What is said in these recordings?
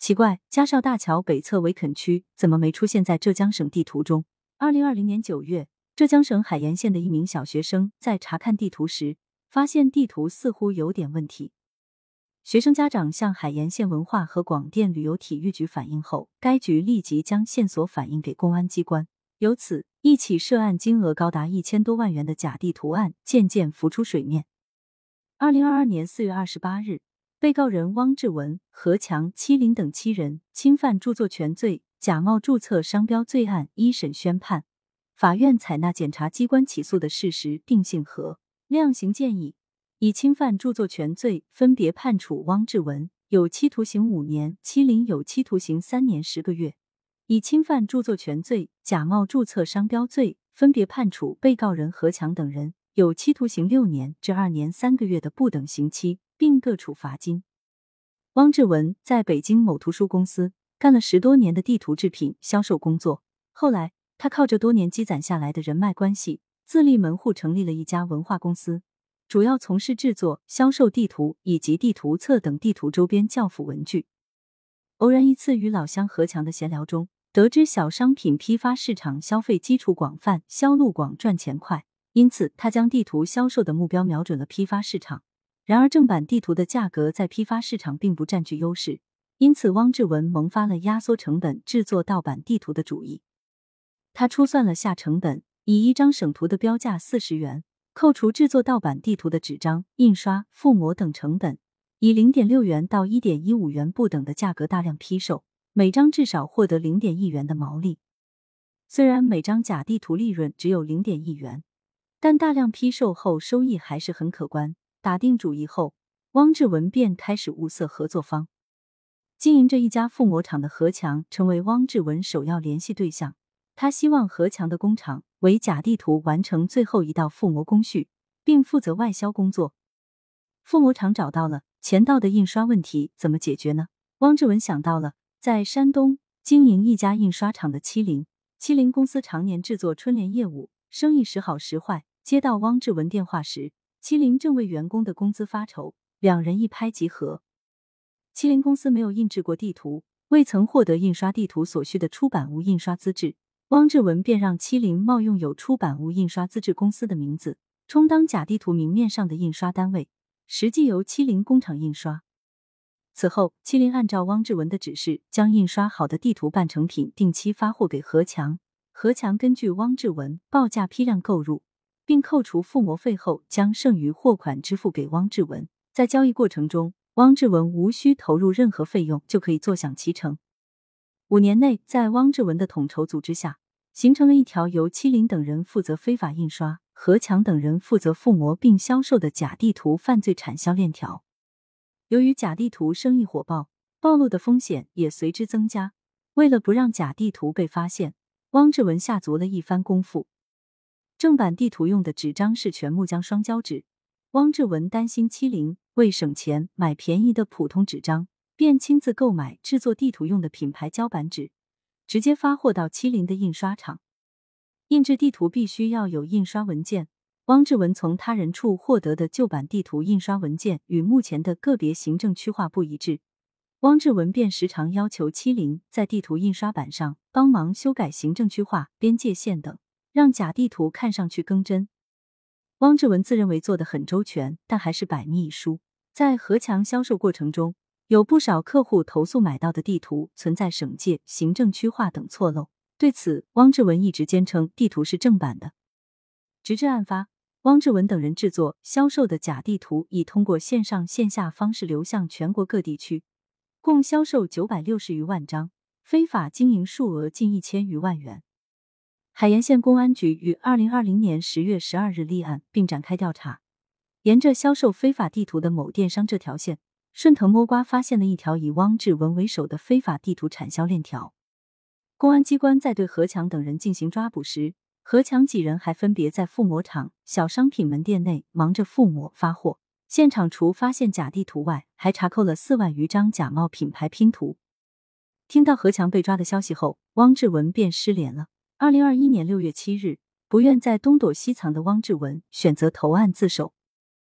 奇怪，嘉绍大桥北侧围垦区怎么没出现在浙江省地图中？2020年9月，浙江省海盐县的一名小学生在查看地图时，发现地图似乎有点问题。学生家长向海盐县文化和广电旅游体育局反映后，该局立即将线索反映给公安机关。由此，一起涉案金额高达1000多万元的假地图案渐渐浮出水面。2022年4月28日，被告人汪志文、何强、戚林等7人侵犯著作权罪、假冒注册商标罪案一审宣判，法院采纳检察机关起诉的事实定性和量刑建议，以侵犯著作权罪分别判处汪志文有期徒刑5年，戚林有期徒刑3年10个月；以侵犯著作权罪、假冒注册商标罪分别判处被告人何强等人有期徒刑6年至2年3个月的不等刑期，并各处罚金。汪志文在北京某图书公司干了10多年的地图制品销售工作，后来他靠着多年积攒下来的人脉关系，自立门户成立了一家文化公司，主要从事制作、销售地图以及地图册等地图周边教辅文具。偶然一次与老乡何强的闲聊中，得知小商品批发市场消费基础广泛，销路广，赚钱快，因此他将地图销售的目标瞄准了批发市场。然而正版地图的价格在批发市场并不占据优势，因此汪志文萌发了压缩成本制作盗版地图的主意。他初算了下成本，以一张省图的标价40元，扣除制作盗版地图的纸张、印刷、覆膜等成本，以 0.6 元到 1.15 元不等的价格大量批售，每张至少获得 0.1 元的毛利。虽然每张假地图利润只有 0.1 元，但大量批售后收益还是很可观。打定主意后，汪志文便开始物色合作方。经营着一家覆膜厂的何强成为汪志文首要联系对象，他希望何强的工厂为假地图完成最后一道覆膜工序，并负责外销工作。覆膜厂找到了，钱到的印刷问题怎么解决呢？汪志文想到了在山东经营一家印刷厂的戚林公司常年制作春联业务，生意时好时坏。接到汪志文电话时，戚林正为员工的工资发愁，两人一拍即合。戚林公司没有印制过地图，未曾获得印刷地图所需的出版物印刷资质，汪志文便让戚林冒用有出版物印刷资质公司的名字，充当假地图明面上的印刷单位，实际由戚林工厂印刷。此后，戚林按照汪志文的指示，将印刷好的地图半成品定期发货给何强，何强根据汪志文报价批量购入，并扣除覆膜费后，将剩余货款支付给汪志文。在交易过程中，汪志文无需投入任何费用就可以坐享其成。5年内，在汪志文的统筹组织下，形成了一条由戚林等人负责非法印刷，何强等人负责覆膜并销售的假地图犯罪产销链条。由于假地图生意火爆，暴露的风险也随之增加。为了不让假地图被发现，汪志文下足了一番功夫。正版地图用的纸张是全木浆双胶纸，汪志文担心戚林为省钱买便宜的普通纸张，便亲自购买制作地图用的品牌胶板纸，直接发货到戚林的印刷厂。印制地图必须要有印刷文件，汪志文从他人处获得的旧版地图印刷文件与目前的个别行政区划不一致，汪志文便时常要求戚林在地图印刷版上帮忙修改行政区划、边界线等，让假地图看上去更真。汪志文自认为做得很周全，但还是百密一疏。在何强销售过程中，有不少客户投诉买到的地图存在省界、行政区划等错漏。对此，汪志文一直坚称地图是正版的。直至案发，汪志文等人制作、销售的假地图已通过线上线下方式流向全国各地区，共销售960余万张，非法经营数额近1000余万元。海盐县公安局于2020年10月12日立案并展开调查，沿着销售非法地图的某电商这条线，顺藤摸瓜发现了一条以汪志文为首的非法地图产销链条。公安机关在对何强等人进行抓捕时，何强几人还分别在覆膜厂、小商品门店内忙着覆膜发货。现场除发现假地图外，还查扣了4万余张假冒品牌拼图。听到何强被抓的消息后，汪志文便失联了。2021年6月7日，不愿在东躲西藏的汪志文选择投案自首。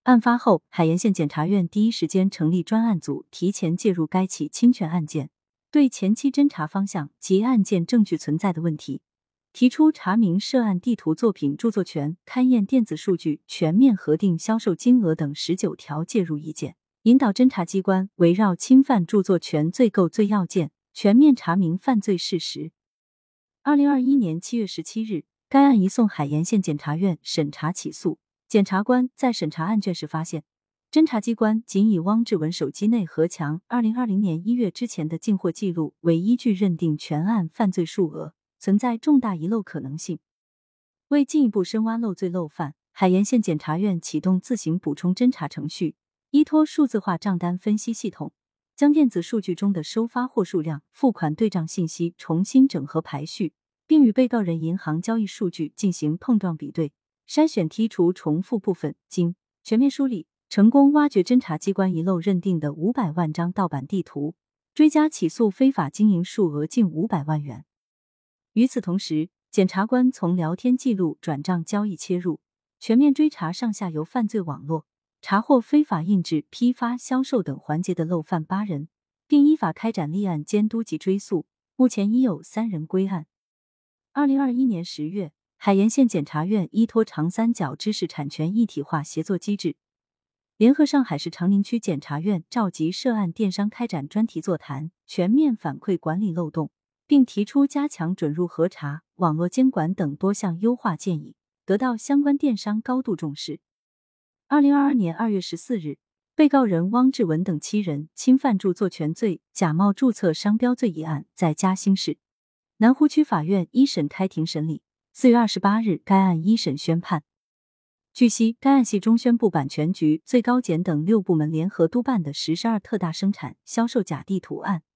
案发后，海盐县检察院第一时间成立专案组，提前介入该起侵权案件，对前期侦查方向及案件证据存在的问题，提出查明涉案地图作品著作权、勘验电子数据、全面核定销售金额等19条介入意见，引导侦查机关围绕侵犯著作权罪构罪要件，全面查明犯罪事实。2021年7月17日，该案移送海盐县检察院审查起诉。检察官在审查案卷时发现，侦查机关仅以汪志文手机内何强2020年1月之前的进货记录为依据认定全案犯罪数额，存在重大遗漏可能性。为进一步深挖漏罪漏犯，海盐县检察院启动自行补充侦查程序，依托数字化账单分析系统，将电子数据中的收发货数量、付款对账信息重新整合排序，并与被告人银行交易数据进行碰撞比对，筛选剔除重复部分，经全面梳理，成功挖掘侦查机关遗漏认定的500万张盗版地图，追加起诉非法经营数额近500万元。与此同时，检察官从聊天记录、转账交易切入，全面追查上下游犯罪网络，查获非法印制、批发、销售等环节的漏犯8人，并依法开展立案监督及追诉，目前已有3人归案。2021年10月，海盐县检察院依托长三角知识产权一体化协作机制，联合上海市长宁区检察院召集涉案电商开展专题座谈，全面反馈管理漏洞，并提出加强准入核查、网络监管等多项优化建议，得到相关电商高度重视。2022年2月14日，被告人汪志文等7人侵犯著作权罪、假冒注册商标罪一案在嘉兴市南湖区法院一审开庭审理。4月28日，该案一审宣判。据悉，该案系中宣部版权局、最高检等6部门联合督办的12特大生产、销售假地图案。